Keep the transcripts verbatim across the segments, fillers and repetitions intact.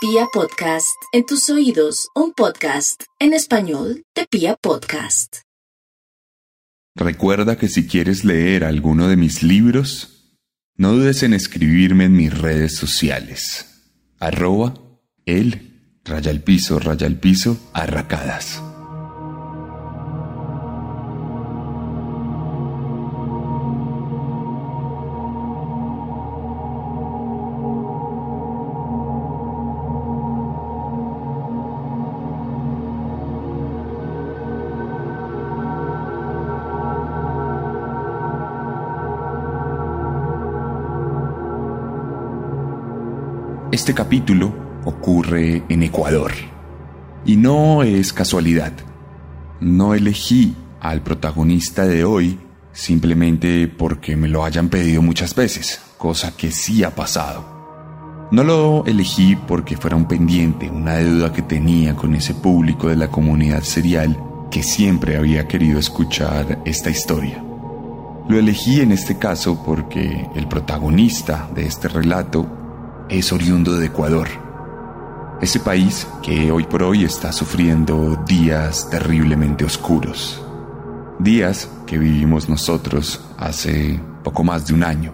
Pia Podcast, en tus oídos, un podcast en español de Pia Podcast. Recuerda que si quieres leer alguno de mis libros, no dudes en escribirme en mis redes sociales. Arroba el raya al piso, raya al piso, arracadas. Este capítulo ocurre en Ecuador. Y no es casualidad. No elegí al protagonista de hoy simplemente porque me lo hayan pedido muchas veces, cosa que sí ha pasado. No lo elegí porque fuera un pendiente, una deuda que tenía con ese público de la comunidad serial que siempre había querido escuchar esta historia. Lo elegí en este caso porque el protagonista de este relato es oriundo de Ecuador, ese país que hoy por hoy está sufriendo días terriblemente oscuros, días que vivimos nosotros hace poco más de un año,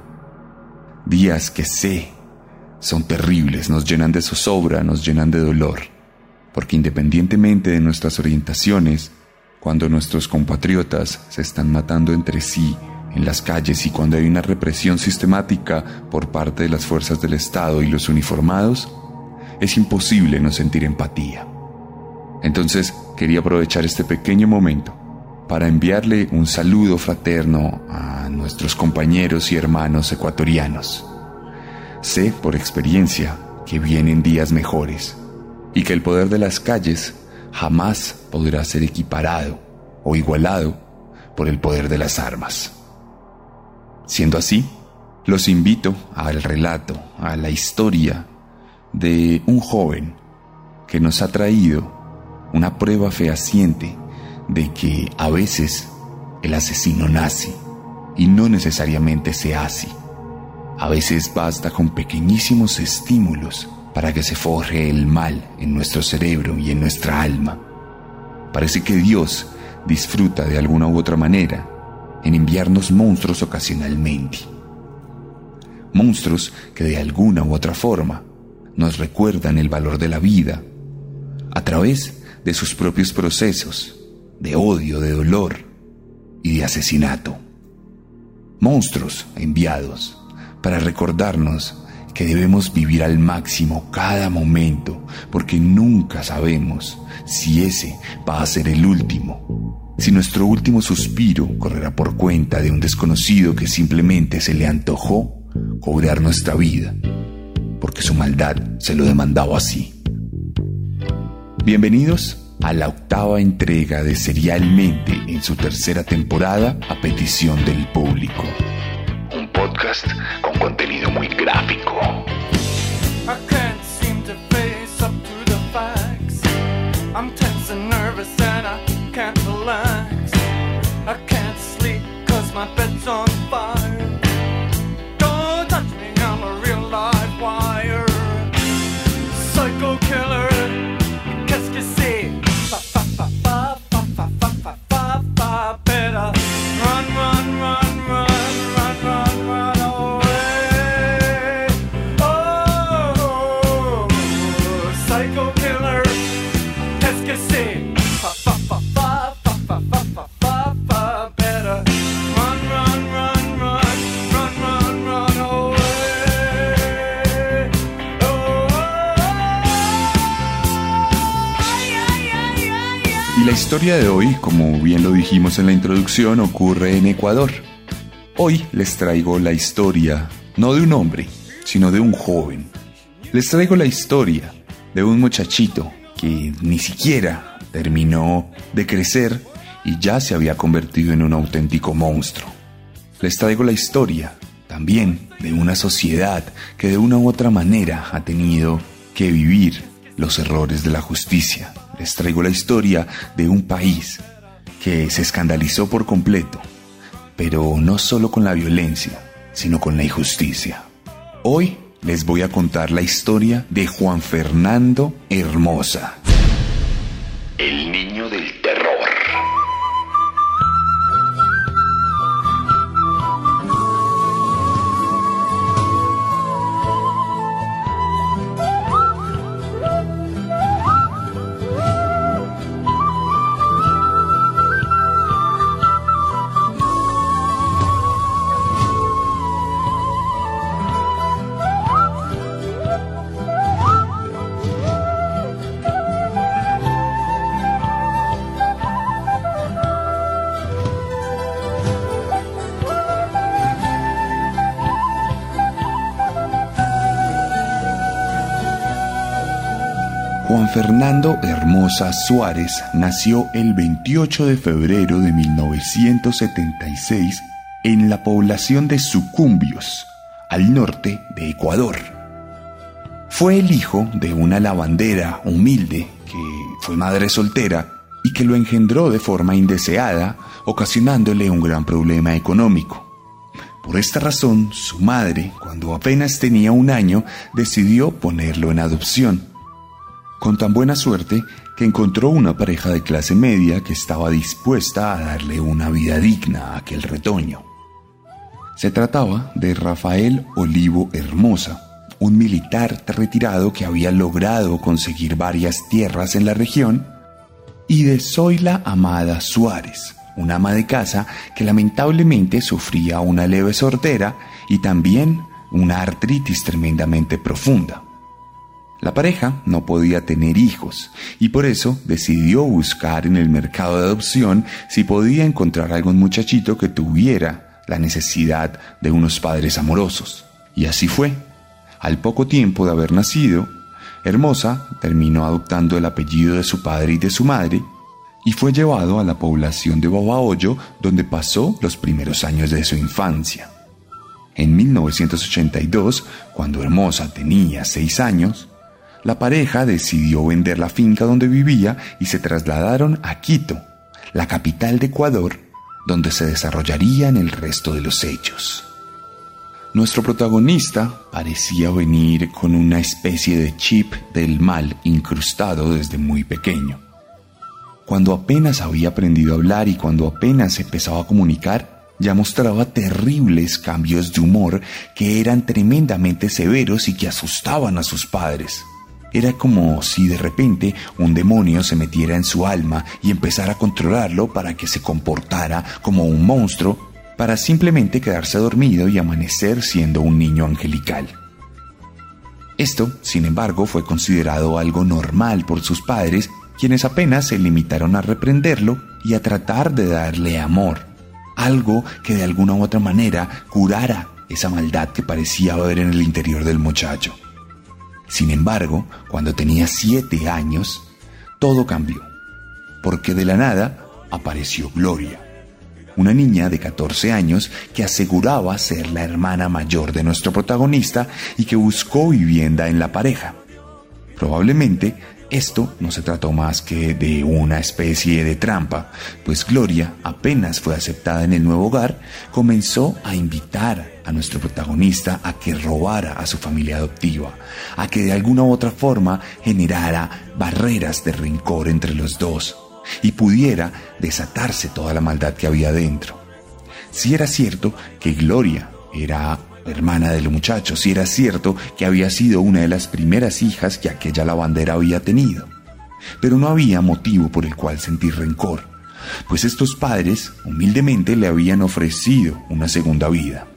días que sé son terribles, nos llenan de zozobra, nos llenan de dolor, porque independientemente de nuestras orientaciones, cuando nuestros compatriotas se están matando entre sí en las calles y cuando hay una represión sistemática por parte de las fuerzas del Estado y los uniformados, es imposible no sentir empatía. Entonces quería aprovechar este pequeño momento para enviarle un saludo fraterno a nuestros compañeros y hermanos ecuatorianos. Sé por experiencia que vienen días mejores y que el poder de las calles jamás podrá ser equiparado o igualado por el poder de las armas. Siendo así, los invito al relato, a la historia de un joven que nos ha traído una prueba fehaciente de que a veces el asesino nace y no necesariamente se hace. A veces basta con pequeñísimos estímulos para que se forje el mal en nuestro cerebro y en nuestra alma. Parece que Dios disfruta de alguna u otra manera en enviarnos monstruos ocasionalmente. Monstruos que de alguna u otra forma nos recuerdan el valor de la vida a través de sus propios procesos de odio, de dolor y de asesinato. Monstruos enviados para recordarnos que debemos vivir al máximo cada momento, porque nunca sabemos si ese va a ser el último. Si nuestro último suspiro correrá por cuenta de un desconocido que simplemente se le antojó cobrar nuestra vida, porque su maldad se lo demandaba así. Bienvenidos a la octava entrega de Serialmente en su tercera temporada a petición del público. Un podcast con contenido muy gráfico. I can't seem to face up to the facts. I'm tense and nervous and I can't relax. I can't sleep cause my bed's on fire. Don't touch me, I'm a real live wire. Psycho killer, qu'est-ce que c'est? Fa fa fa fa fa fa fa fa fa fa. Better run, run, run, run, run, run, run away. Oh, psycho killer, qu'est-ce que c'est? Fa fa fa fa fa fa fa fa fa fa. Better run, run, run, run, run, run, run away. Oh, ay, ay, ay, ay, ay. Y la historia de hoy, como bien lo dijimos en la introducción, ocurre en Ecuador. Hoy les traigo la historia, no de un hombre, sino de un joven. Les traigo la historia de un muchachito que ni siquiera terminó de crecer y ya se había convertido en un auténtico monstruo. Les traigo la historia también de una sociedad que de una u otra manera ha tenido que vivir los errores de la justicia. Les traigo la historia de un país que se escandalizó por completo, pero no solo con la violencia, sino con la injusticia. Hoy les voy a contar la historia de Juan Fernando Hermosa, el niño del terror. Juan Fernando Hermosa Suárez nació el veintiocho de febrero de mil novecientos setenta y seis en la población de Sucumbios, al norte de Ecuador. Fue el hijo de una lavandera humilde que fue madre soltera y que lo engendró de forma indeseada, ocasionándole un gran problema económico. Por esta razón, su madre, cuando apenas tenía un año, decidió ponerlo en adopción. Con tan buena suerte que encontró una pareja de clase media que estaba dispuesta a darle una vida digna a aquel retoño. Se trataba de Rafael Olivo Hermosa, un militar retirado que había logrado conseguir varias tierras en la región, y de Zoila Amada Suárez, una ama de casa que lamentablemente sufría una leve sordera y también una artritis tremendamente profunda. La pareja no podía tener hijos y por eso decidió buscar en el mercado de adopción si podía encontrar algún muchachito que tuviera la necesidad de unos padres amorosos. Y así fue. Al poco tiempo de haber nacido, Hermosa terminó adoptando el apellido de su padre y de su madre y fue llevado a la población de Babahoyo, donde pasó los primeros años de su infancia. En mil novecientos ochenta y dos, cuando Hermosa tenía seis años, la pareja decidió vender la finca donde vivía y se trasladaron a Quito, la capital de Ecuador, donde se desarrollarían el resto de los hechos. Nuestro protagonista parecía venir con una especie de chip del mal incrustado desde muy pequeño. Cuando apenas había aprendido a hablar y cuando apenas empezaba a comunicar, ya mostraba terribles cambios de humor que eran tremendamente severos y que asustaban a sus padres. Era como si de repente un demonio se metiera en su alma y empezara a controlarlo para que se comportara como un monstruo, para simplemente quedarse dormido y amanecer siendo un niño angelical. Esto, sin embargo, fue considerado algo normal por sus padres, quienes apenas se limitaron a reprenderlo y a tratar de darle amor, algo que de alguna u otra manera curara esa maldad que parecía haber en el interior del muchacho. Sin embargo, cuando tenía siete años, todo cambió, porque de la nada apareció Gloria, una niña de catorce años que aseguraba ser la hermana mayor de nuestro protagonista y que buscó vivienda en la pareja. Probablemente esto no se trató más que de una especie de trampa, pues Gloria, apenas fue aceptada en el nuevo hogar, comenzó a invitar a nuestro protagonista a que robara a su familia adoptiva, a que de alguna u otra forma generara barreras de rencor entre los dos y pudiera desatarse toda la maldad que había dentro. Si era cierto que Gloria era hermana del muchacho, si era cierto que había sido una de las primeras hijas que aquella lavandera había tenido, pero no había motivo por el cual sentir rencor, pues estos padres humildemente le habían ofrecido una segunda vida.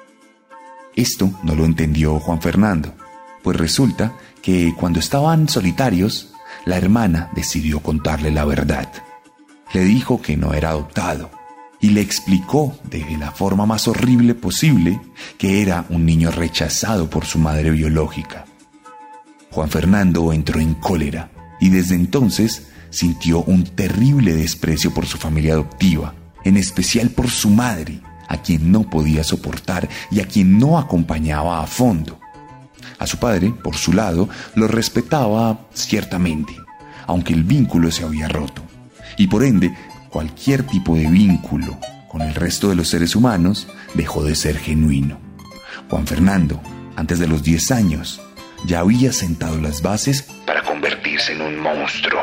Esto no lo entendió Juan Fernando, pues resulta que cuando estaban solitarios, la hermana decidió contarle la verdad. Le dijo que no era adoptado y le explicó de la forma más horrible posible que era un niño rechazado por su madre biológica. Juan Fernando entró en cólera y desde entonces sintió un terrible desprecio por su familia adoptiva, en especial por su madre, a quien no podía soportar y a quien no acompañaba a fondo. A su padre, por su lado, lo respetaba ciertamente, aunque el vínculo se había roto, y por ende, cualquier tipo de vínculo con el resto de los seres humanos dejó de ser genuino. Juan Fernando antes de los diez años, ya había sentado las bases para convertirse en un monstruo.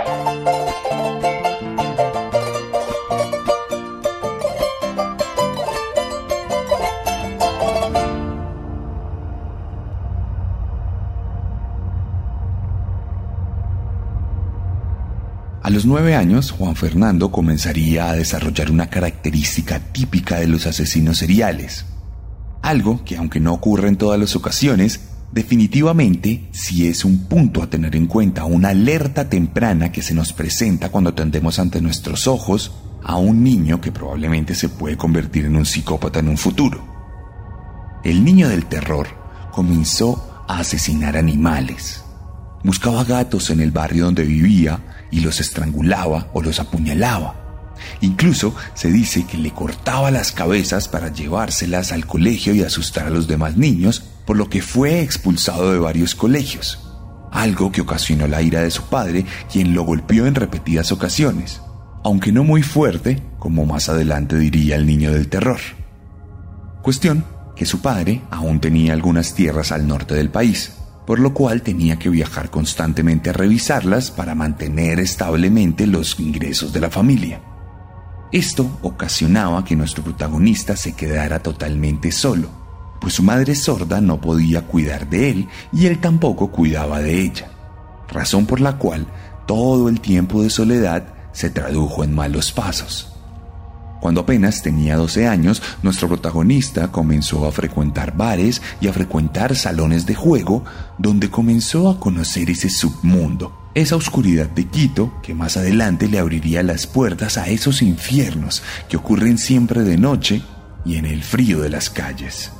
A los nueve años, Juan Fernando comenzaría a desarrollar una característica típica de los asesinos seriales. Algo que, aunque no ocurre en todas las ocasiones, definitivamente sí es un punto a tener en cuenta, una alerta temprana que se nos presenta cuando tendemos ante nuestros ojos a un niño que probablemente se puede convertir en un psicópata en un futuro. El niño del terror comenzó a asesinar animales. Buscaba gatos en el barrio donde vivía y los estrangulaba o los apuñalaba. Incluso se dice que le cortaba las cabezas para llevárselas al colegio y asustar a los demás niños, por lo que fue expulsado de varios colegios, algo que ocasionó la ira de su padre, quien lo golpeó en repetidas ocasiones, aunque no muy fuerte, como más adelante diría el niño del terror. Cuestión que su padre aún tenía algunas tierras al norte del país, por lo cual tenía que viajar constantemente a revisarlas para mantener establemente los ingresos de la familia. Esto ocasionaba que nuestro protagonista se quedara totalmente solo, pues su madre sorda no podía cuidar de él y él tampoco cuidaba de ella, razón por la cual todo el tiempo de soledad se tradujo en malos pasos. Cuando apenas tenía doce años, nuestro protagonista comenzó a frecuentar bares y a frecuentar salones de juego, donde comenzó a conocer ese submundo, esa oscuridad de Quito que más adelante le abriría las puertas a esos infiernos que ocurren siempre de noche y en el frío de las calles.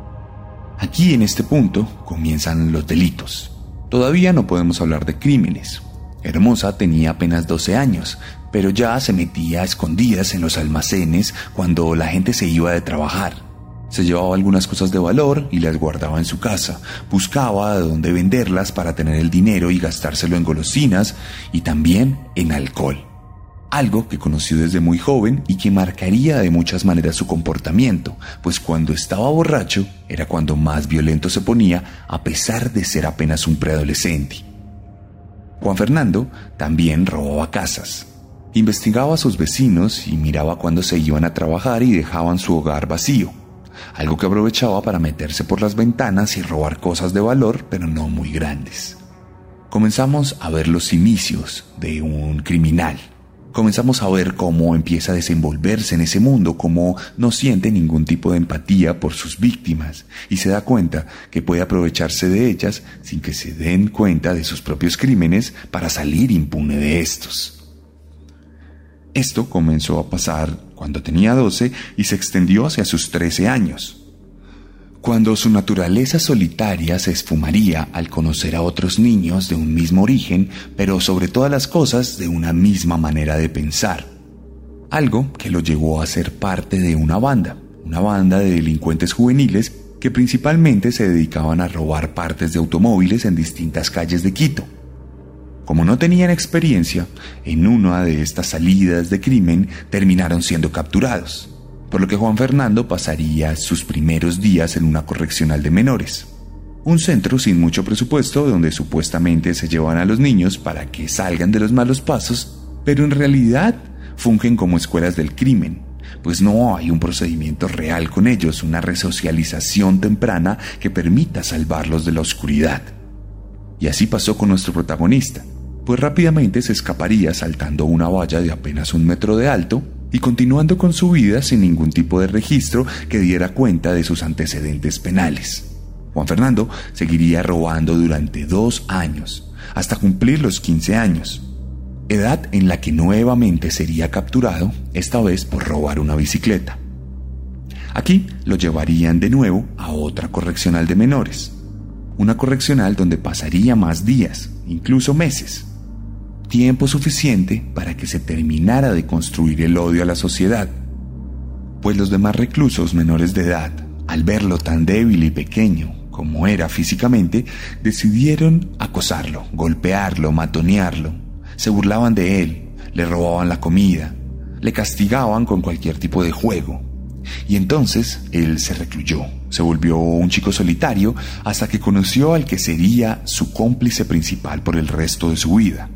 Aquí, en este punto, comienzan los delitos. Todavía no podemos hablar de crímenes. Hermosa tenía apenas doce años, pero ya se metía a escondidas en los almacenes cuando la gente se iba de trabajar. Se llevaba algunas cosas de valor y las guardaba en su casa. Buscaba de dónde venderlas para tener el dinero y gastárselo en golosinas y también en alcohol. Algo que conoció desde muy joven y que marcaría de muchas maneras su comportamiento, pues cuando estaba borracho era cuando más violento se ponía, a pesar de ser apenas un preadolescente. Juan Fernando también robaba casas. Investigaba a sus vecinos y miraba cuándo se iban a trabajar y dejaban su hogar vacío, algo que aprovechaba para meterse por las ventanas y robar cosas de valor, pero no muy grandes. Comenzamos a ver los inicios de un criminal. Comenzamos a ver cómo empieza a desenvolverse en ese mundo, cómo no siente ningún tipo de empatía por sus víctimas y se da cuenta que puede aprovecharse de ellas sin que se den cuenta de sus propios crímenes para salir impune de estos. Esto comenzó a pasar cuando tenía doce y se extendió hacia sus trece años, cuando su naturaleza solitaria se esfumaría al conocer a otros niños de un mismo origen, pero sobre todas las cosas de una misma manera de pensar. Algo que lo llevó a ser parte de una banda, una banda de delincuentes juveniles que principalmente se dedicaban a robar partes de automóviles en distintas calles de Quito. Como no tenían experiencia, en una de estas salidas de crimen terminaron siendo capturados, por lo que Juan Fernando pasaría sus primeros días en una correccional de menores, un centro sin mucho presupuesto donde supuestamente se llevan a los niños para que salgan de los malos pasos, pero en realidad fungen como escuelas del crimen, pues no hay un procedimiento real con ellos, una resocialización temprana que permita salvarlos de la oscuridad. Y así pasó con nuestro protagonista, pues rápidamente se escaparía saltando una valla de apenas un metro de alto y continuando con su vida sin ningún tipo de registro que diera cuenta de sus antecedentes penales. Juan Fernando seguiría robando durante dos años, hasta cumplir los quince años, edad en la que nuevamente sería capturado, esta vez por robar una bicicleta. Aquí lo llevarían de nuevo a otra correccional de menores, una correccional donde pasaría más días, incluso meses. Tiempo suficiente para que se terminara de construir el odio a la sociedad, pues los demás reclusos menores de edad, al verlo tan débil y pequeño como era físicamente, decidieron acosarlo, golpearlo, matonearlo. Se burlaban de él, le robaban la comida, le castigaban con cualquier tipo de juego. Y entonces él se recluyó, se volvió un chico solitario hasta que conoció al que sería su cómplice principal por el resto de su vida.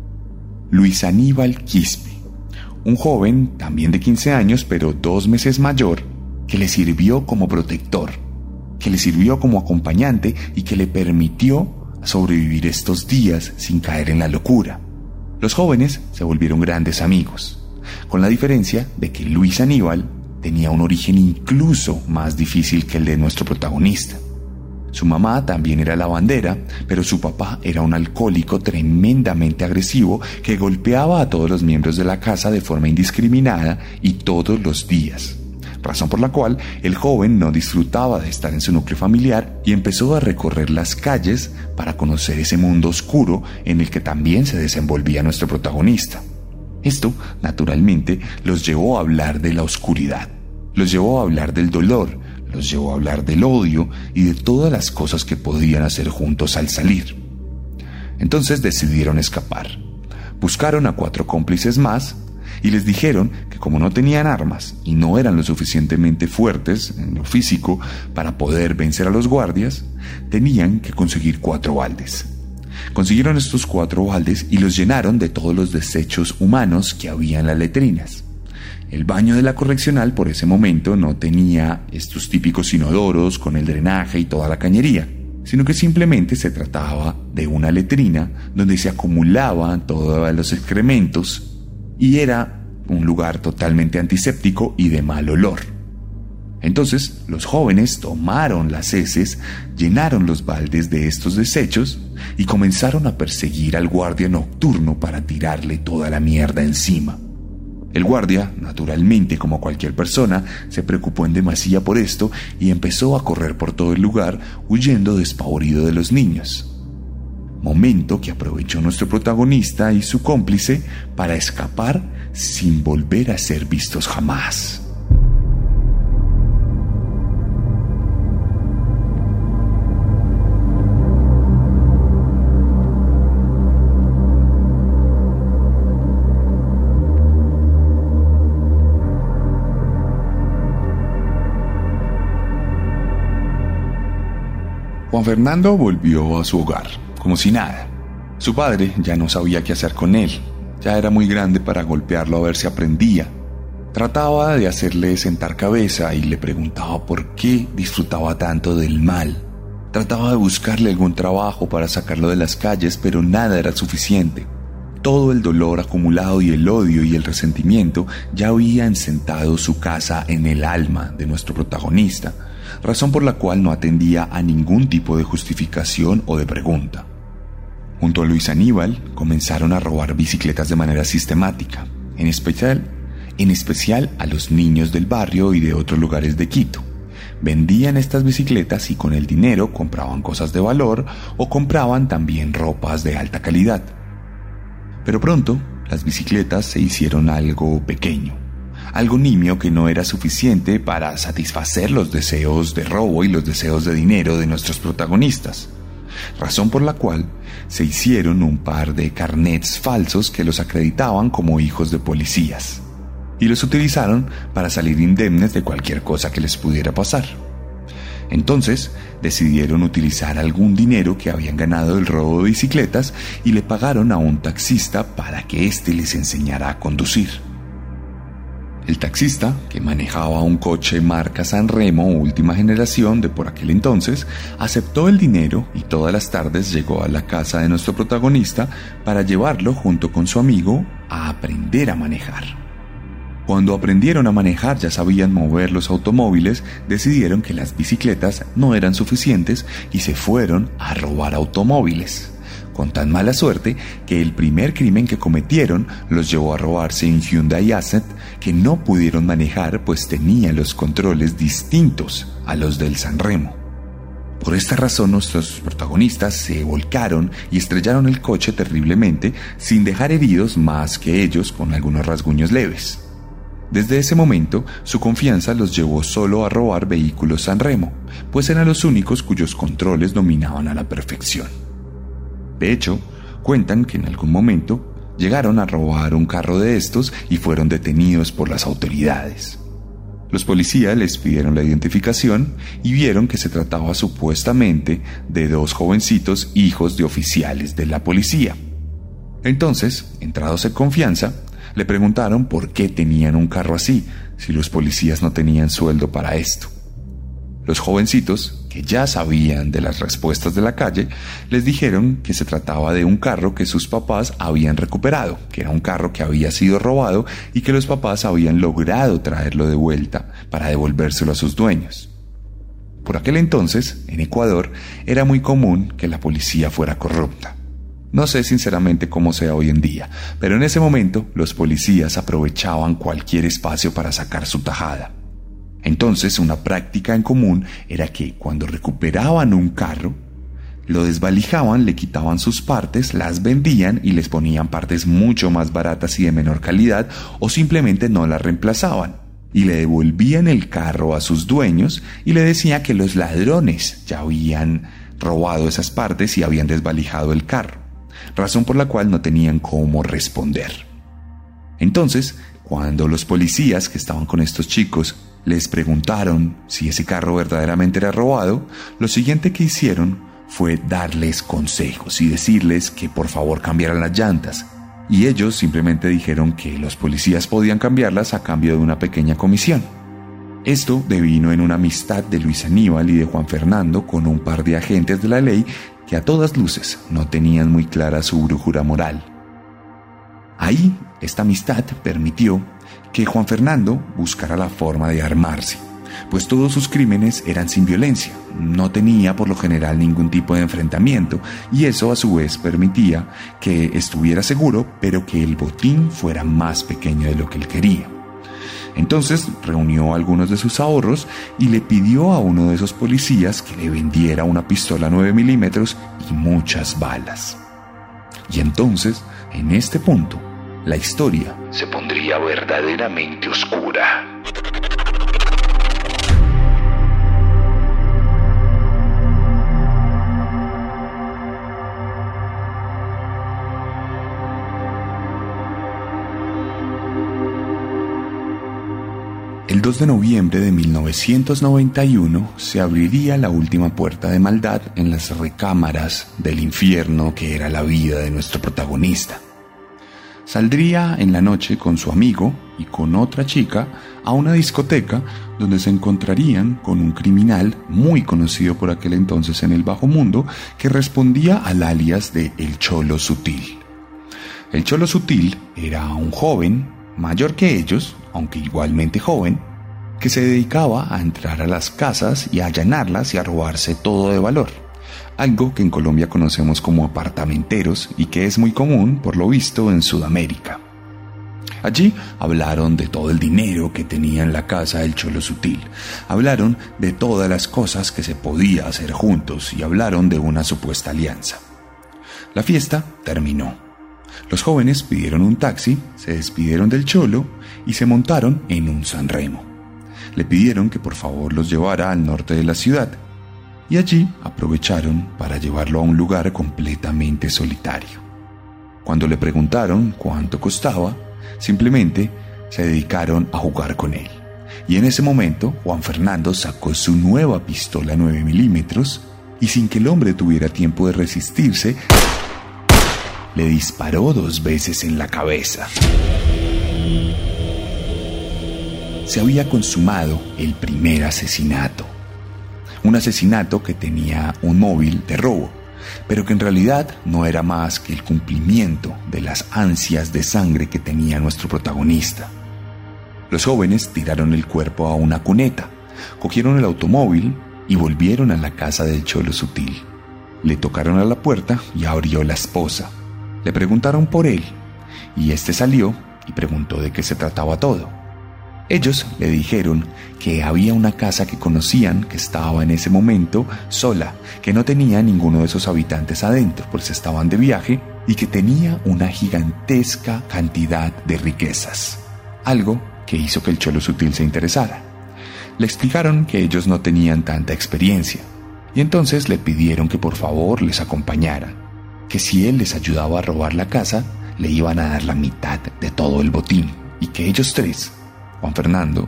Luis Aníbal Quispe, un joven también de quince años pero dos meses mayor, que le sirvió como protector, que le sirvió como acompañante y que le permitió sobrevivir estos días sin caer en la locura. Los jóvenes se volvieron grandes amigos, con la diferencia de que Luis Aníbal tenía un origen incluso más difícil que el de nuestro protagonista. Su mamá también era lavandera, pero su papá era un alcohólico tremendamente agresivo que golpeaba a todos los miembros de la casa de forma indiscriminada y todos los días, razón por la cual el joven no disfrutaba de estar en su núcleo familiar y empezó a recorrer las calles para conocer ese mundo oscuro en el que también se desenvolvía nuestro protagonista. Esto, naturalmente, los llevó a hablar de la oscuridad, los llevó a hablar del dolor, los llevó a hablar del odio y de todas las cosas que podían hacer juntos al salir. Entonces decidieron escapar. Buscaron a cuatro cómplices más y les dijeron que como no tenían armas y no eran lo suficientemente fuertes en lo físico para poder vencer a los guardias, tenían que conseguir cuatro baldes. Consiguieron estos cuatro baldes y los llenaron de todos los desechos humanos que había en las letrinas. El baño de la correccional por ese momento no tenía estos típicos inodoros con el drenaje y toda la cañería, sino que simplemente se trataba de una letrina donde se acumulaban todos los excrementos y era un lugar totalmente antiséptico y de mal olor. Entonces los jóvenes tomaron las heces, llenaron los baldes de estos desechos y comenzaron a perseguir al guardia nocturno para tirarle toda la mierda encima. El guardia, naturalmente como cualquier persona, se preocupó en demasía por esto y empezó a correr por todo el lugar huyendo despavorido de los niños. Momento que aprovechó nuestro protagonista y su cómplice para escapar sin volver a ser vistos jamás. Juan Fernando volvió a su hogar, como si nada. Su padre ya no sabía qué hacer con él. Ya era muy grande para golpearlo a ver si aprendía. Trataba de hacerle sentar cabeza y le preguntaba por qué disfrutaba tanto del mal. Trataba de buscarle algún trabajo para sacarlo de las calles, pero nada era suficiente. Todo el dolor acumulado y el odio y el resentimiento ya habían sentado su casa en el alma de nuestro protagonista, razón por la cual no atendía a ningún tipo de justificación o de pregunta. Junto a Luis Aníbal comenzaron a robar bicicletas de manera sistemática, en especial, en especial a los niños del barrio y de otros lugares de Quito. Vendían estas bicicletas y con el dinero compraban cosas de valor o compraban también ropas de alta calidad. Pero pronto las bicicletas se hicieron algo pequeño, algo nimio que no era suficiente para satisfacer los deseos de robo y los deseos de dinero de nuestros protagonistas, razón por la cual se hicieron un par de carnets falsos que los acreditaban como hijos de policías y los utilizaron para salir indemnes de cualquier cosa que les pudiera pasar. Entonces decidieron utilizar algún dinero que habían ganado del robo de bicicletas y le pagaron a un taxista para que éste les enseñara a conducir. El taxista, que manejaba un coche marca Sanremo última generación de por aquel entonces, aceptó el dinero y todas las tardes llegó a la casa de nuestro protagonista para llevarlo junto con su amigo a aprender a manejar. Cuando aprendieron a manejar, ya sabían mover los automóviles, decidieron que las bicicletas no eran suficientes y se fueron a robar automóviles, con tan mala suerte que el primer crimen que cometieron los llevó a robarse un Hyundai Accent que no pudieron manejar pues tenía los controles distintos a los del Sanremo. Por esta razón nuestros protagonistas se volcaron y estrellaron el coche terriblemente sin dejar heridos más que ellos con algunos rasguños leves. Desde ese momento, su confianza los llevó solo a robar vehículos Sanremo, pues eran los únicos cuyos controles dominaban a la perfección. De hecho, cuentan que en algún momento llegaron a robar un carro de estos y fueron detenidos por las autoridades. Los policías les pidieron la identificación y vieron que se trataba supuestamente de dos jovencitos hijos de oficiales de la policía. Entonces, entrados en confianza, le preguntaron por qué tenían un carro así, si los policías no tenían sueldo para esto. Los jovencitos, que ya sabían de las respuestas de la calle, les dijeron que se trataba de un carro que sus papás habían recuperado, que era un carro que había sido robado y que los papás habían logrado traerlo de vuelta para devolvérselo a sus dueños. Por aquel entonces, en Ecuador, era muy común que la policía fuera corrupta. No sé sinceramente cómo sea hoy en día, pero en ese momento los policías aprovechaban cualquier espacio para sacar su tajada. Entonces, una práctica en común era que cuando recuperaban un carro, lo desvalijaban, le quitaban sus partes, las vendían y les ponían partes mucho más baratas y de menor calidad, o simplemente no las reemplazaban y le devolvían el carro a sus dueños y le decían que los ladrones ya habían robado esas partes y habían desvalijado el carro, razón por la cual no tenían cómo responder. Entonces, cuando los policías que estaban con estos chicos les preguntaron si ese carro verdaderamente era robado, lo siguiente que hicieron fue darles consejos y decirles que por favor cambiaran las llantas, y ellos simplemente dijeron que los policías podían cambiarlas a cambio de una pequeña comisión. Esto devino en una amistad de Luis Aníbal y de Juan Fernando con un par de agentes de la ley que a todas luces no tenían muy clara su brújula moral. Ahí, esta amistad permitió que Juan Fernando buscara la forma de armarse, pues todos sus crímenes eran sin violencia, no tenía por lo general ningún tipo de enfrentamiento, y eso a su vez permitía que estuviera seguro, pero que el botín fuera más pequeño de lo que él quería. Entonces reunió algunos de sus ahorros y le pidió a uno de esos policías que le vendiera una pistola nueve milímetros y muchas balas. Y entonces, en este punto, la historia se pondría verdaderamente oscura. El dos de noviembre de mil novecientos noventa y uno se abriría la última puerta de maldad en las recámaras del infierno que era la vida de nuestro protagonista. Saldría en la noche con su amigo y con otra chica a una discoteca donde se encontrarían con un criminal muy conocido por aquel entonces en el bajo mundo que respondía al alias de El Cholo Sutil. El Cholo Sutil era un joven mayor que ellos, aunque igualmente joven, que se dedicaba a entrar a las casas y a allanarlas y a robarse todo de valor, algo que en Colombia conocemos como apartamenteros y que es muy común, por lo visto, en Sudamérica. Allí hablaron de todo el dinero que tenía en la casa del Cholo Sutil, hablaron de todas las cosas que se podía hacer juntos y hablaron de una supuesta alianza. La fiesta terminó. Los jóvenes pidieron un taxi, se despidieron del Cholo y se montaron en un San Remo. Le pidieron que por favor los llevara al norte de la ciudad y allí aprovecharon para llevarlo a un lugar completamente solitario. Cuando le preguntaron cuánto costaba, simplemente se dedicaron a jugar con él. Y en ese momento Juan Fernando sacó su nueva pistola nueve milímetros y sin que el hombre tuviera tiempo de resistirse, le disparó dos veces en la cabeza. Se había consumado el primer asesinato. Un asesinato que tenía un móvil de robo, pero que en realidad no era más que el cumplimiento de las ansias de sangre que tenía nuestro protagonista. Los jóvenes tiraron el cuerpo a una cuneta, cogieron el automóvil y volvieron a la casa del Cholo Sutil. Le tocaron a la puerta y abrió la esposa. Le preguntaron por él y este salió y preguntó de qué se trataba todo. Ellos le dijeron que había una casa que conocían que estaba en ese momento sola, que no tenía ninguno de sus habitantes adentro, pues estaban de viaje y que tenía una gigantesca cantidad de riquezas, algo que hizo que el Cholo Sutil se interesara. Le explicaron que ellos no tenían tanta experiencia y entonces le pidieron que por favor les acompañaran, que si él les ayudaba a robar la casa, le iban a dar la mitad de todo el botín y que ellos tres, Juan Fernando,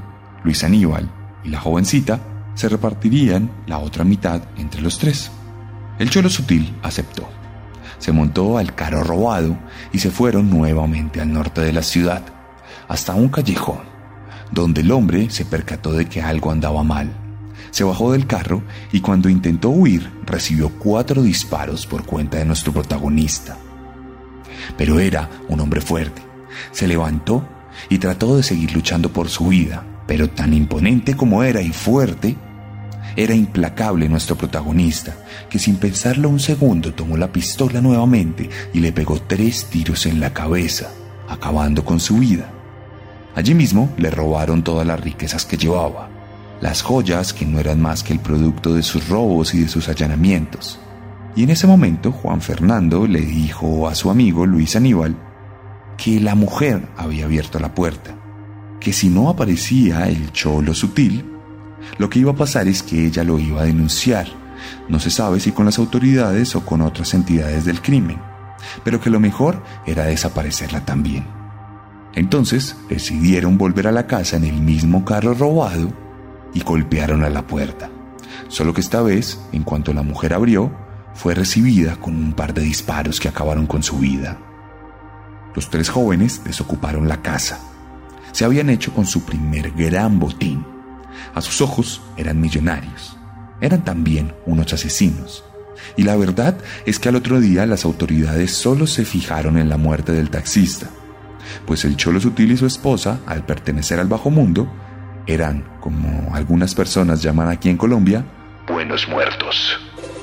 Luis Aníbal y la jovencita se repartirían la otra mitad entre los tres. El Cholo Sutil aceptó. Se montó al carro robado y se fueron nuevamente al norte de la ciudad, hasta un callejón, donde el hombre se percató de que algo andaba mal. Se bajó del carro y cuando intentó huir recibió cuatro disparos por cuenta de nuestro protagonista. Pero era un hombre fuerte. Se levantó y trató de seguir luchando por su vida, pero tan imponente como era y fuerte, era implacable nuestro protagonista, que sin pensarlo un segundo tomó la pistola nuevamente y le pegó tres tiros en la cabeza, acabando con su vida. Allí mismo le robaron todas las riquezas que llevaba, las joyas que no eran más que el producto de sus robos y de sus allanamientos. Y en ese momento Juan Fernando le dijo a su amigo Luis Aníbal que la mujer había abierto la puerta, que si no aparecía el Cholo Sutil, lo que iba a pasar es que ella lo iba a denunciar. No se sabe si con las autoridades o con otras entidades del crimen, pero que lo mejor era desaparecerla también. Entonces decidieron volver a la casa en el mismo carro robado y golpearon a la puerta. Solo que esta vez, en cuanto la mujer abrió, fue recibida con un par de disparos que acabaron con su vida. Los tres jóvenes desocuparon la casa. Se habían hecho con su primer gran botín. A sus ojos eran millonarios. Eran también unos asesinos. Y la verdad es que al otro día las autoridades solo se fijaron en la muerte del taxista, pues el Cholo Sutil y su esposa, al pertenecer al bajo mundo, eran, como algunas personas llaman aquí en Colombia, buenos muertos.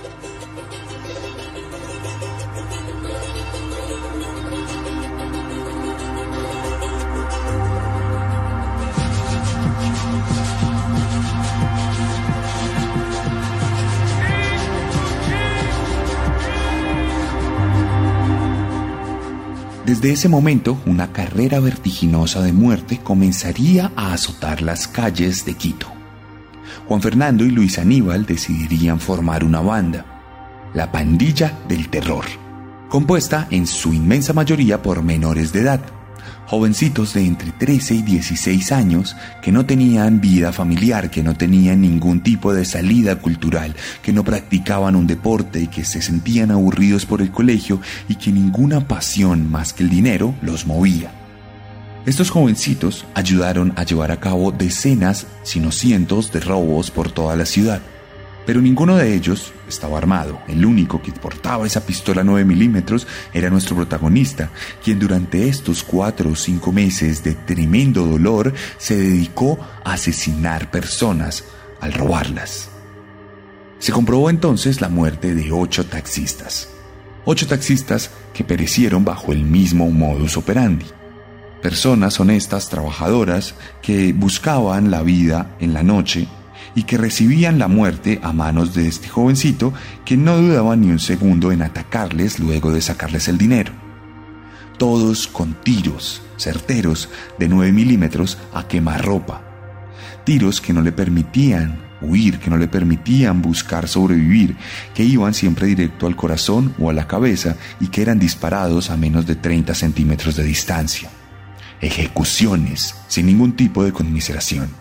Desde ese momento, una carrera vertiginosa de muerte comenzaría a azotar las calles de Quito. Juan Fernando y Luis Aníbal decidirían formar una banda, la Pandilla del Terror, compuesta en su inmensa mayoría por menores de edad, jovencitos de entre trece y dieciséis años que no tenían vida familiar, que no tenían ningún tipo de salida cultural, que no practicaban un deporte y que se sentían aburridos por el colegio y que ninguna pasión más que el dinero los movía. Estos jovencitos ayudaron a llevar a cabo decenas, si no cientos, de robos por toda la ciudad. Pero ninguno de ellos estaba armado. El único que portaba esa pistola nueve milímetros era nuestro protagonista, quien durante estos cuatro o cinco meses de tremendo dolor se dedicó a asesinar personas al robarlas. Se comprobó entonces la muerte de ocho taxistas. Ocho taxistas que perecieron bajo el mismo modus operandi. Personas honestas, trabajadoras, que buscaban la vida en la noche y que recibían la muerte a manos de este jovencito que no dudaba ni un segundo en atacarles luego de sacarles el dinero. Todos con tiros certeros de nueve milímetros a quemarropa. Tiros que no le permitían huir, que no le permitían buscar sobrevivir, que iban siempre directo al corazón o a la cabeza y que eran disparados a menos de treinta centímetros de distancia. Ejecuciones sin ningún tipo de conmiseración.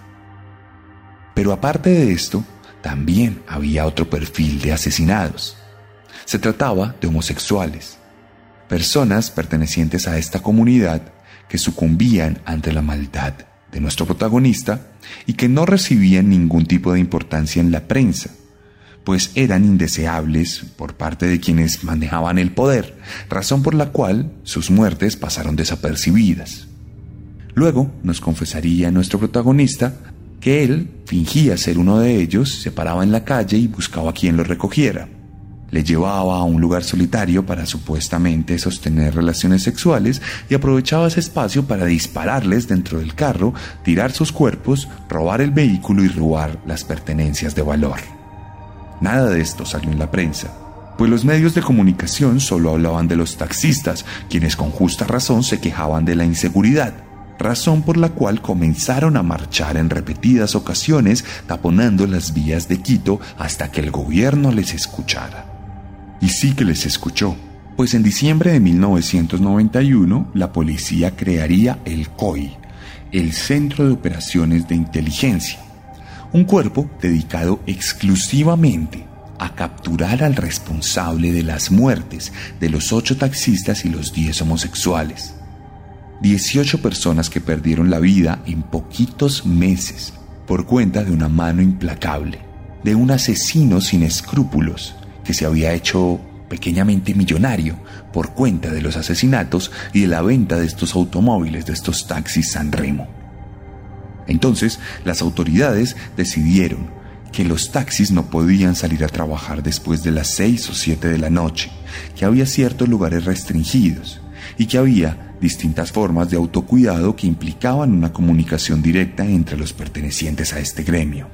Pero aparte de esto, también había otro perfil de asesinados. Se trataba de homosexuales, personas pertenecientes a esta comunidad que sucumbían ante la maldad de nuestro protagonista y que no recibían ningún tipo de importancia en la prensa, pues eran indeseables por parte de quienes manejaban el poder, razón por la cual sus muertes pasaron desapercibidas. Luego nos confesaría nuestro protagonista que él fingía ser uno de ellos, se paraba en la calle y buscaba a quien lo recogiera. Le llevaba a un lugar solitario para supuestamente sostener relaciones sexuales y aprovechaba ese espacio para dispararles dentro del carro, tirar sus cuerpos, robar el vehículo y robar las pertenencias de valor. Nada de esto salió en la prensa, pues los medios de comunicación solo hablaban de los taxistas, quienes con justa razón se quejaban de la inseguridad, razón por la cual comenzaron a marchar en repetidas ocasiones taponando las vías de Quito hasta que el gobierno les escuchara. Y sí que les escuchó, pues en diciembre de mil novecientos noventa y uno la policía crearía el C O I, el Centro de Operaciones de Inteligencia, un cuerpo dedicado exclusivamente a capturar al responsable de las muertes de los ocho taxistas y los diez homosexuales. dieciocho personas que perdieron la vida en poquitos meses por cuenta de una mano implacable, de un asesino sin escrúpulos que se había hecho pequeñamente millonario por cuenta de los asesinatos y de la venta de estos automóviles, de estos taxis San Remo. Entonces, las autoridades decidieron que los taxis no podían salir a trabajar después de las seis o siete de la noche, que había ciertos lugares restringidos y que había distintas formas de autocuidado que implicaban una comunicación directa entre los pertenecientes a este gremio.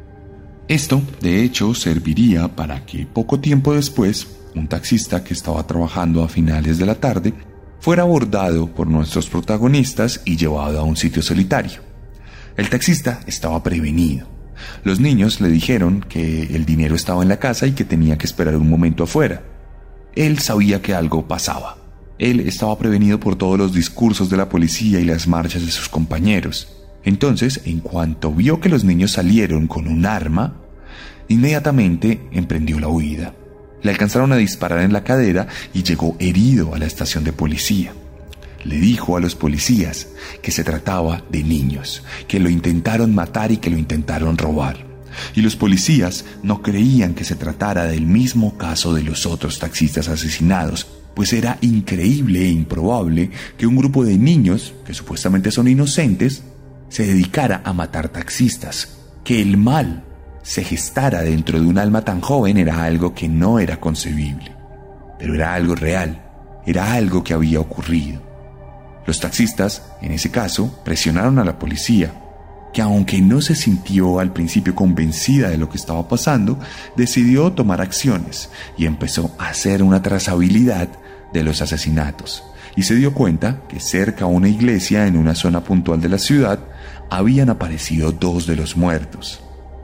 Esto, de hecho, serviría para que poco tiempo después, un taxista que estaba trabajando a finales de la tarde fuera abordado por nuestros protagonistas y llevado a un sitio solitario. El taxista estaba prevenido. Los niños le dijeron que el dinero estaba en la casa y que tenía que esperar un momento afuera. Él sabía que algo pasaba. Él estaba prevenido por todos los discursos de la policía y las marchas de sus compañeros. Entonces, en cuanto vio que los niños salieron con un arma, inmediatamente emprendió la huida. Le alcanzaron a disparar en la cadera y llegó herido a la estación de policía. Le dijo a los policías que se trataba de niños, que lo intentaron matar y que lo intentaron robar. Y los policías no creían que se tratara del mismo caso de los otros taxistas asesinados, pues era increíble e improbable que un grupo de niños, que supuestamente son inocentes, se dedicara a matar taxistas. Que el mal se gestara dentro de un alma tan joven era algo que no era concebible. Pero era algo real, era algo que había ocurrido. Los taxistas, en ese caso, presionaron a la policía, que aunque no se sintió al principio convencida de lo que estaba pasando, decidió tomar acciones y empezó a hacer una trazabilidad de los asesinatos. Y se dio cuenta que cerca a una iglesia en una zona puntual de la ciudad habían aparecido dos de los muertos.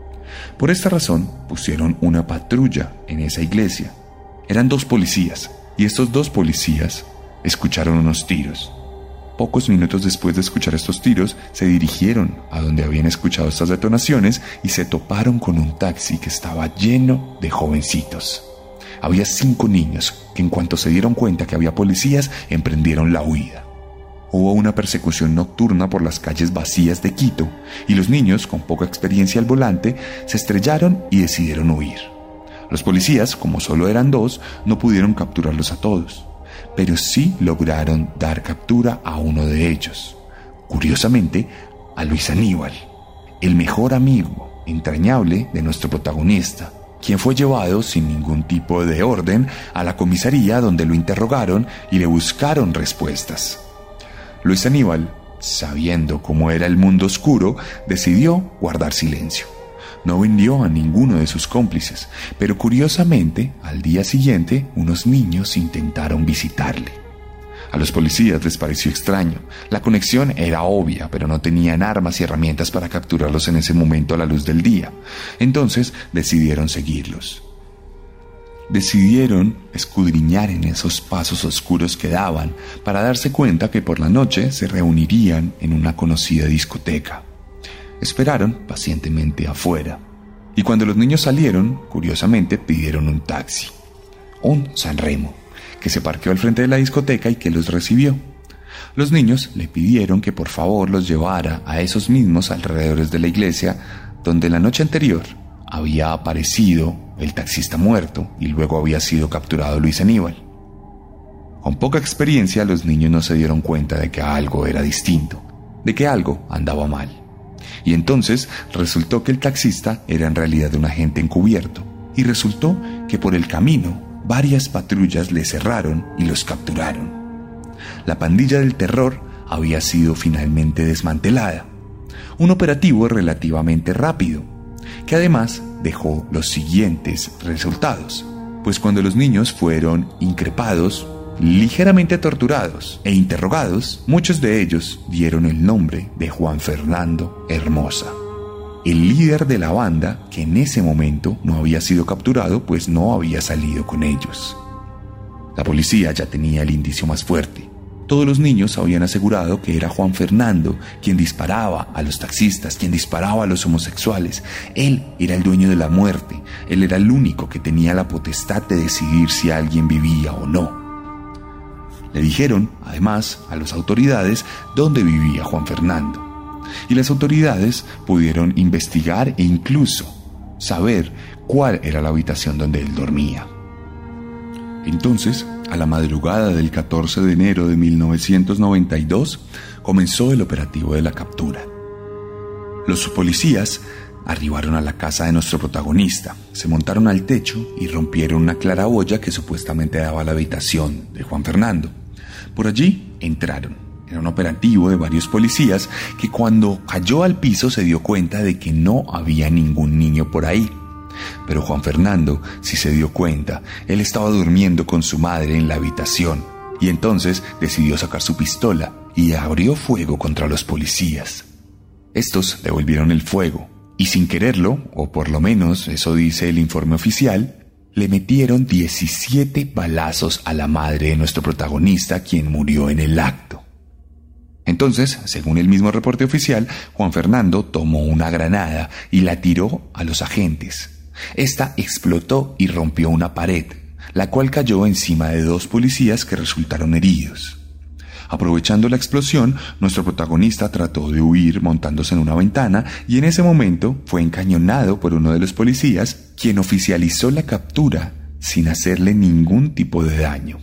Por esta razón pusieron una patrulla en esa iglesia. Eran dos policías y estos dos policías escucharon unos tiros. Pocos minutos después de escuchar estos tiros, se dirigieron a donde habían escuchado estas detonaciones y se toparon con un taxi que estaba lleno de jovencitos. Había cinco niños que, en cuanto se dieron cuenta que había policías, emprendieron la huida. Hubo una persecución nocturna por las calles vacías de Quito y los niños, con poca experiencia al volante, se estrellaron y decidieron huir. Los policías, como solo eran dos, no pudieron capturarlos a todos, pero sí lograron dar captura a uno de ellos. Curiosamente, a Luis Aníbal, el mejor amigo entrañable de nuestro protagonista, quien fue llevado sin ningún tipo de orden a la comisaría donde lo interrogaron y le buscaron respuestas. Luis Aníbal, sabiendo cómo era el mundo oscuro, decidió guardar silencio. No vendió a ninguno de sus cómplices, pero curiosamente, al día siguiente, unos niños intentaron visitarle. A los policías les pareció extraño. La conexión era obvia, pero no tenían armas y herramientas para capturarlos en ese momento a la luz del día. Entonces decidieron seguirlos. Decidieron escudriñar en esos pasos oscuros que daban para darse cuenta que por la noche se reunirían en una conocida discoteca. Esperaron pacientemente afuera, y cuando los niños salieron, curiosamente pidieron un taxi, un San Remo, que se parqueó al frente de la discoteca y que los recibió. Los niños le pidieron que por favor los llevara a esos mismos alrededores de la iglesia donde la noche anterior había aparecido el taxista muerto y luego había sido capturado Luis Aníbal. Con poca experiencia, los niños no se dieron cuenta de que algo era distinto, de que algo andaba mal. Y entonces resultó que el taxista era en realidad un agente encubierto, y resultó que por el camino varias patrullas le cerraron y los capturaron. La pandilla del terror había sido finalmente desmantelada. Un operativo relativamente rápido, que además dejó los siguientes resultados, pues cuando los niños fueron increpados, ligeramente torturados e interrogados, muchos de ellos dieron el nombre de Juan Fernando Hermosa, el líder de la banda que en ese momento no había sido capturado, pues no había salido con ellos. La policía ya tenía el indicio más fuerte, Todos los niños habían asegurado que era Juan Fernando quien disparaba a los taxistas, quien disparaba a los homosexuales. Él era el dueño de la muerte. Él era el único que tenía la potestad de decidir si alguien vivía o no. Le dijeron, además, a las autoridades dónde vivía Juan Fernando. Y las autoridades pudieron investigar e incluso saber cuál era la habitación donde él dormía. Entonces, a la madrugada del catorce de enero de mil novecientos noventa y dos, comenzó el operativo de la captura. Los policías arribaron a la casa de nuestro protagonista, se montaron al techo y rompieron una claraboya que supuestamente daba a la habitación de Juan Fernando. Por allí entraron. Era un operativo de varios policías que cuando cayó al piso se dio cuenta de que no había ningún niño por ahí. Pero Juan Fernando sí se dio cuenta. Él estaba durmiendo con su madre en la habitación y entonces decidió sacar su pistola y abrió fuego contra los policías. Estos devolvieron el fuego y sin quererlo, o por lo menos eso dice el informe oficial, le metieron diecisiete balazos a la madre de nuestro protagonista, quien murió en el acto. Entonces, según el mismo reporte oficial, Juan Fernando tomó una granada y la tiró a los agentes. Esta explotó y rompió una pared, la cual cayó encima de dos policías que resultaron heridos. Aprovechando la explosión, nuestro protagonista trató de huir montándose en una ventana y en ese momento fue encañonado por uno de los policías, quien oficializó la captura sin hacerle ningún tipo de daño.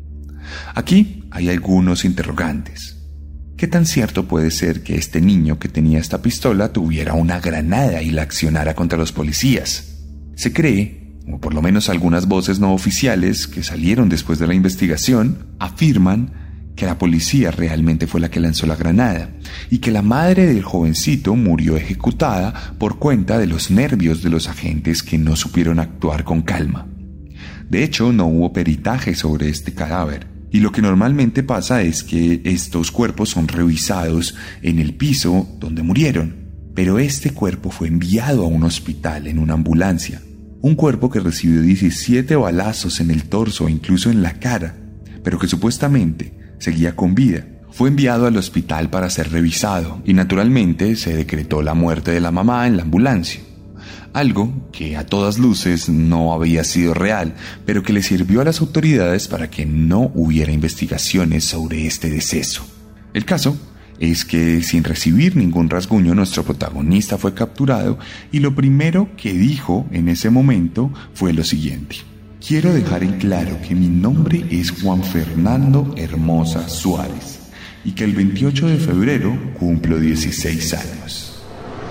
Aquí hay algunos interrogantes. ¿Qué tan cierto puede ser que este niño que tenía esta pistola tuviera una granada y la accionara contra los policías? Se cree, o por lo menos algunas voces no oficiales que salieron después de la investigación, afirman que la policía realmente fue la que lanzó la granada y que la madre del jovencito murió ejecutada por cuenta de los nervios de los agentes que no supieron actuar con calma. De hecho, no hubo peritaje sobre este cadáver. Y lo que normalmente pasa es que estos cuerpos son revisados en el piso donde murieron, pero este cuerpo fue enviado a un hospital en una ambulancia. Un cuerpo que recibió diecisiete balazos en el torso e incluso en la cara, pero que supuestamente seguía con vida. Fue enviado al hospital para ser revisado y naturalmente se decretó la muerte de la mamá en la ambulancia. Algo que a todas luces no había sido real, pero que le sirvió a las autoridades para que no hubiera investigaciones sobre este deceso. El caso es que sin recibir ningún rasguño nuestro protagonista fue capturado y lo primero que dijo en ese momento fue lo siguiente: quiero dejar en claro que mi nombre es Juan Fernando Hermosa Suárez y que el veintiocho de febrero cumplo dieciséis años.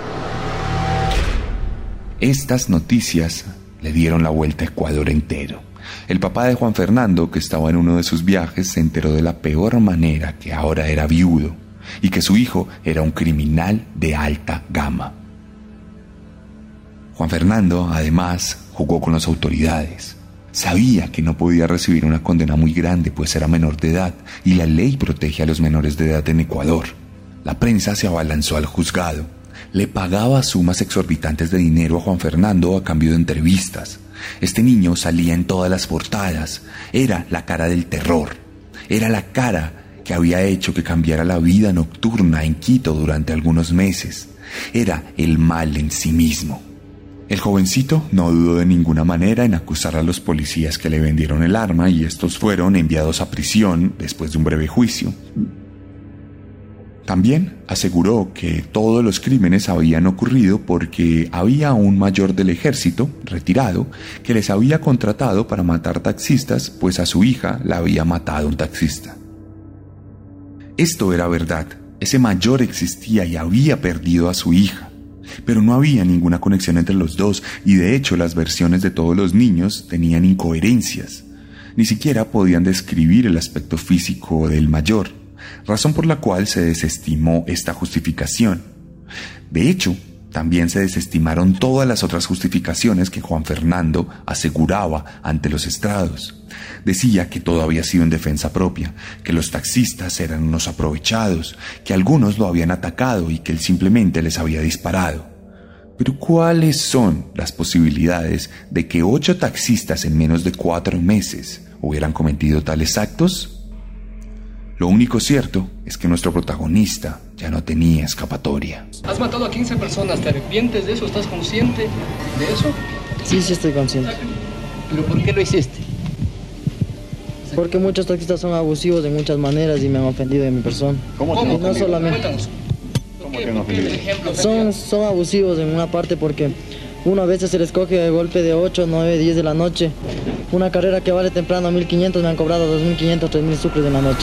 Estas noticias le dieron la vuelta a Ecuador entero. El papá de Juan Fernando, que estaba en uno de sus viajes, se enteró de la peor manera que ahora era viudo y que su hijo era un criminal de alta gama. Juan Fernando, además, jugó con las autoridades. Sabía que no podía recibir una condena muy grande, pues era menor de edad, y la ley protege a los menores de edad en Ecuador. La prensa se abalanzó al juzgado. Le pagaba sumas exorbitantes de dinero a Juan Fernando a cambio de entrevistas. Este niño salía en todas las portadas. Era la cara del terror. Era la cara que había hecho que cambiara la vida nocturna en Quito durante algunos meses. Era el mal en sí mismo. El jovencito no dudó de ninguna manera en acusar a los policías que le vendieron el arma y estos fueron enviados a prisión después de un breve juicio. También aseguró que todos los crímenes habían ocurrido porque había un mayor del ejército, retirado, que les había contratado para matar taxistas, pues a su hija la había matado un taxista. Esto era verdad, ese mayor existía y había perdido a su hija, pero no había ninguna conexión entre los dos y de hecho las versiones de todos los niños tenían incoherencias. Ni siquiera podían describir el aspecto físico del mayor, razón por la cual se desestimó esta justificación. De hecho, también se desestimaron todas las otras justificaciones que Juan Fernando aseguraba ante los estrados. Decía que todo había sido en defensa propia, que los taxistas eran unos aprovechados, que algunos lo habían atacado y que él simplemente les había disparado. Pero ¿cuáles son las posibilidades de que ocho taxistas en menos de cuatro meses hubieran cometido tales actos? Lo único cierto es que nuestro protagonista ya no tenía escapatoria. Has matado a quince personas, ¿te arrepientes de eso? ¿Estás consciente de eso? Sí, sí estoy consciente. ¿Pero por qué lo hiciste? Porque muchos taxistas son abusivos de muchas maneras y me han ofendido de mi persona. ¿Cómo? Y no solamente. Cuéntanos. ¿Por qué? ¿Por qué? Ejemplo, Son, son abusivos en una parte porque uno a veces se les coge de golpe de ocho, nueve, diez de la noche. Una carrera que vale temprano mil quinientos me han cobrado dos mil quinientos, tres mil sucres en la noche.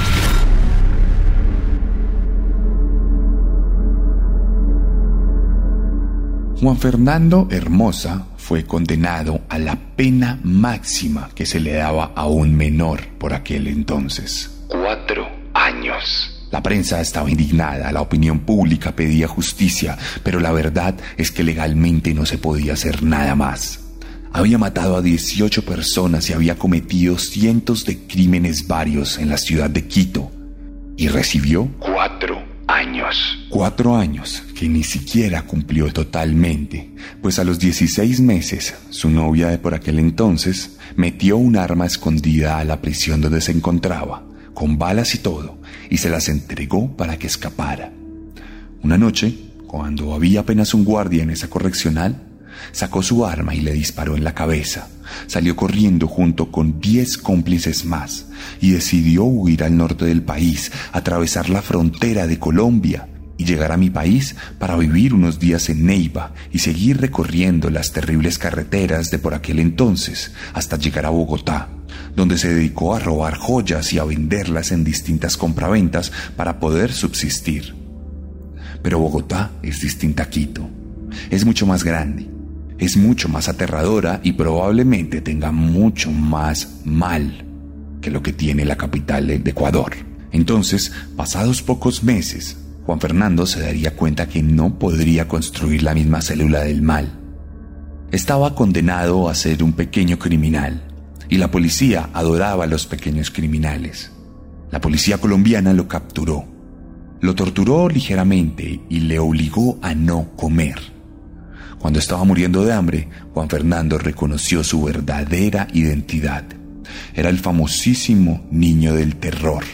Juan Fernando Hermosa fue condenado a la pena máxima que se le daba a un menor por aquel entonces. Cuatro años. La prensa estaba indignada, la opinión pública pedía justicia, pero la verdad es que legalmente no se podía hacer nada más. Había matado a dieciocho personas y había cometido cientos de crímenes varios en la ciudad de Quito. Y recibió cuatro años. Cuatro años que ni siquiera cumplió totalmente, pues a los dieciséis meses, su novia de por aquel entonces metió un arma escondida a la prisión donde se encontraba, con balas y todo, y se las entregó para que escapara. Una noche, cuando había apenas un guardia en esa correccional, sacó su arma y le disparó en la cabeza. Salió corriendo junto con diez cómplices más y decidió huir al norte del país, atravesar la frontera de Colombia y llegar a mi país para vivir unos días en Neiva y seguir recorriendo las terribles carreteras de por aquel entonces hasta llegar a Bogotá, donde se dedicó a robar joyas y a venderlas en distintas compraventas para poder subsistir. Pero Bogotá es distinta a Quito. Es mucho más grande, es mucho más aterradora y probablemente tenga mucho más mal que lo que tiene la capital de Ecuador. Entonces, pasados pocos meses, Juan Fernando se daría cuenta que no podría construir la misma célula del mal. Estaba condenado a ser un pequeño criminal, y la policía adoraba a los pequeños criminales. La policía colombiana lo capturó, lo torturó ligeramente y le obligó a no comer. Cuando estaba muriendo de hambre, Juan Fernando reconoció su verdadera identidad. Era el famosísimo Niño del Terror,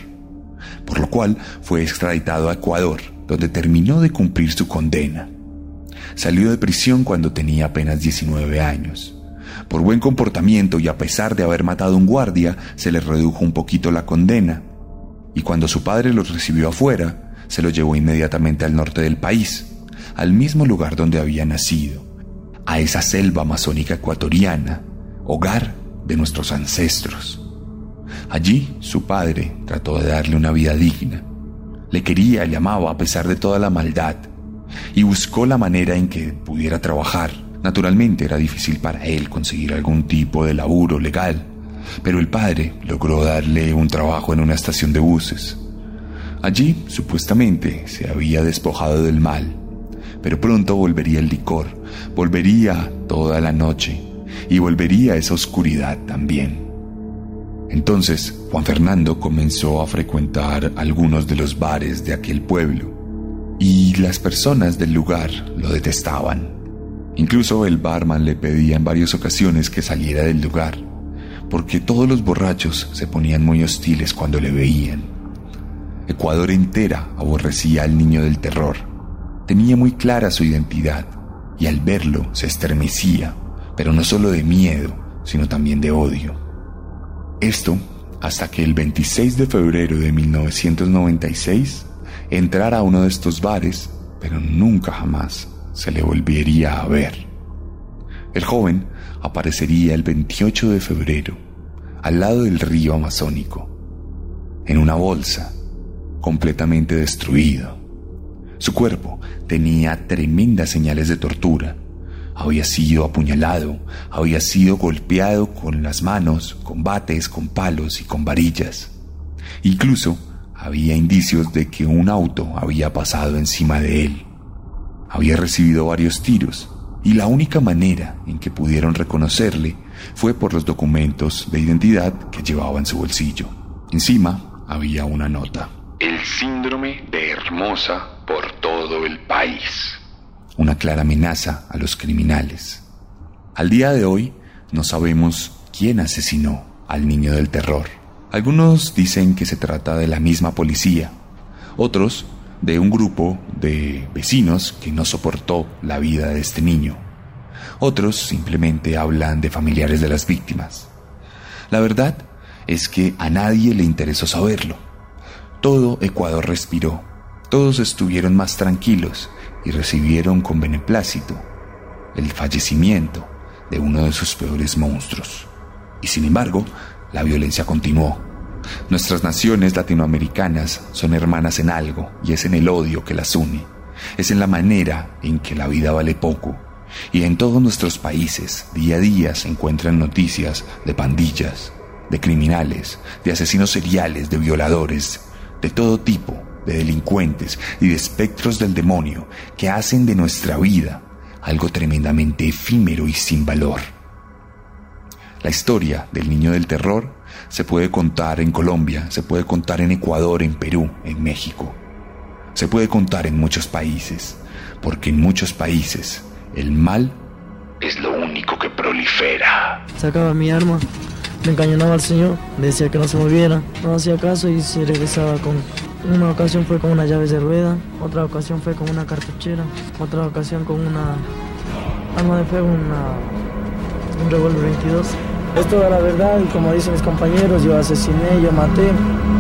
por lo cual fue extraditado a Ecuador, donde terminó de cumplir su condena. Salió de prisión cuando tenía apenas diecinueve años. Por buen comportamiento y a pesar de haber matado a un guardia, se le redujo un poquito la condena. Y cuando su padre lo recibió afuera, se lo llevó inmediatamente al norte del país, al mismo lugar donde había nacido, a esa selva amazónica ecuatoriana, hogar de nuestros ancestros. Allí su padre trató de darle una vida digna. Le quería y le amaba a pesar de toda la maldad, y buscó la manera en que pudiera trabajar. Naturalmente era difícil para él conseguir algún tipo de laburo legal, pero el padre logró darle un trabajo en una estación de buses. Allí, supuestamente, se había despojado del mal, pero pronto volvería el licor, volvería toda la noche y volvería esa oscuridad también. Entonces, Juan Fernando comenzó a frecuentar algunos de los bares de aquel pueblo y las personas del lugar lo detestaban. Incluso el barman le pedía en varias ocasiones que saliera del lugar, porque todos los borrachos se ponían muy hostiles cuando le veían. Ecuador entera aborrecía al Niño del Terror. Tenía muy clara su identidad y al verlo se estremecía, pero no solo de miedo, sino también de odio. Esto hasta que el veintiséis de febrero de mil novecientos noventa y seis entrara a uno de estos bares, pero nunca jamás se le volvería a ver. El joven aparecería el veintiocho de febrero, al lado del río Amazónico, en una bolsa, completamente destruido. Su cuerpo tenía tremendas señales de tortura. Había sido apuñalado, había sido golpeado con las manos, con bates, con palos y con varillas. Incluso había indicios de que un auto había pasado encima de él. Había recibido varios tiros y la única manera en que pudieron reconocerle fue por los documentos de identidad que llevaba en su bolsillo. Encima había una nota: el síndrome de Hermosa por todo el país. Una clara amenaza a los criminales. Al día de hoy no sabemos quién asesinó al Niño del Terror, Algunos dicen que se trata de la misma policía, otros de un grupo de vecinos que no soportó la vida de este niño. Otros simplemente hablan de familiares de las víctimas. La verdad es que a nadie le interesó saberlo. Todo Ecuador respiró, todos estuvieron más tranquilos y recibieron con beneplácito el fallecimiento de uno de sus peores monstruos. Y sin embargo, la violencia continuó. Nuestras naciones latinoamericanas son hermanas en algo, y es en el odio que las une. Es en la manera en que la vida vale poco. Y en todos nuestros países, día a día se encuentran noticias de pandillas, de criminales, de asesinos seriales, de violadores, de todo tipo, de delincuentes y de espectros del demonio que hacen de nuestra vida algo tremendamente efímero y sin valor. La historia del niño del terror se puede contar en Colombia, se puede contar en Ecuador, en Perú, en México. Se puede contar en muchos países, porque en muchos países el mal es lo único que prolifera. Sacaba mi arma, le encañonaba al señor, le decía que no se moviera, no hacía caso y se regresaba con... Una ocasión fue con unas llaves de rueda, otra ocasión fue con una cartuchera, otra ocasión con una arma de fuego, una, un revólver veintidós. Es toda la verdad y como dicen mis compañeros, yo asesiné, yo maté.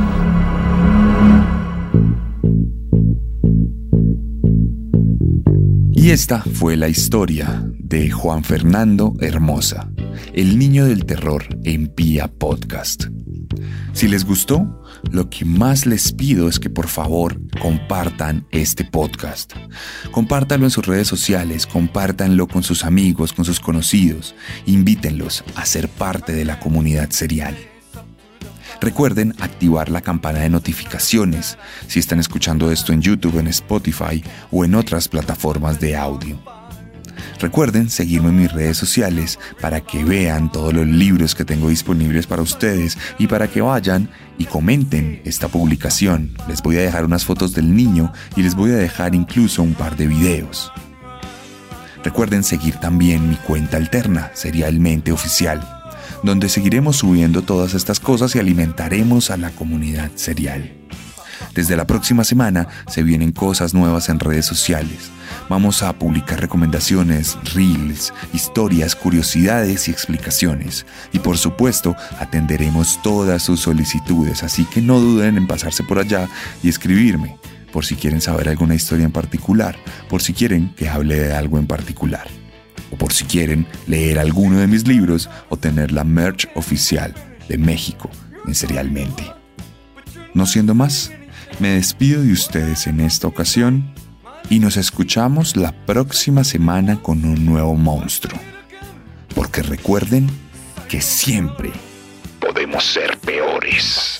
Y esta fue la historia de Juan Fernando Hermosa, el niño del terror en Pía Podcast. Si les gustó, lo que más les pido es que por favor compartan este podcast. Compártanlo en sus redes sociales, compártanlo con sus amigos, con sus conocidos. Invítenlos a ser parte de la comunidad serial. Recuerden activar la campana de notificaciones si están escuchando esto en YouTube, en Spotify o en otras plataformas de audio. Recuerden seguirme en mis redes sociales para que vean todos los libros que tengo disponibles para ustedes y para que vayan y comenten esta publicación. Les voy a dejar unas fotos del niño y les voy a dejar incluso un par de videos. Recuerden seguir también mi cuenta alterna, Serialmente Oficial, donde seguiremos subiendo todas estas cosas y alimentaremos a la comunidad serial. Desde la próxima semana se vienen cosas nuevas en redes sociales. Vamos a publicar recomendaciones, reels, historias, curiosidades y explicaciones. Y por supuesto, atenderemos todas sus solicitudes, así que no duden en pasarse por allá y escribirme, por si quieren saber alguna historia en particular, por si quieren que hable de algo en particular, o por si quieren leer alguno de mis libros o tener la merch oficial de México en Serialmente. No siendo más, me despido de ustedes en esta ocasión y nos escuchamos la próxima semana con un nuevo monstruo. Porque recuerden que siempre podemos ser peores.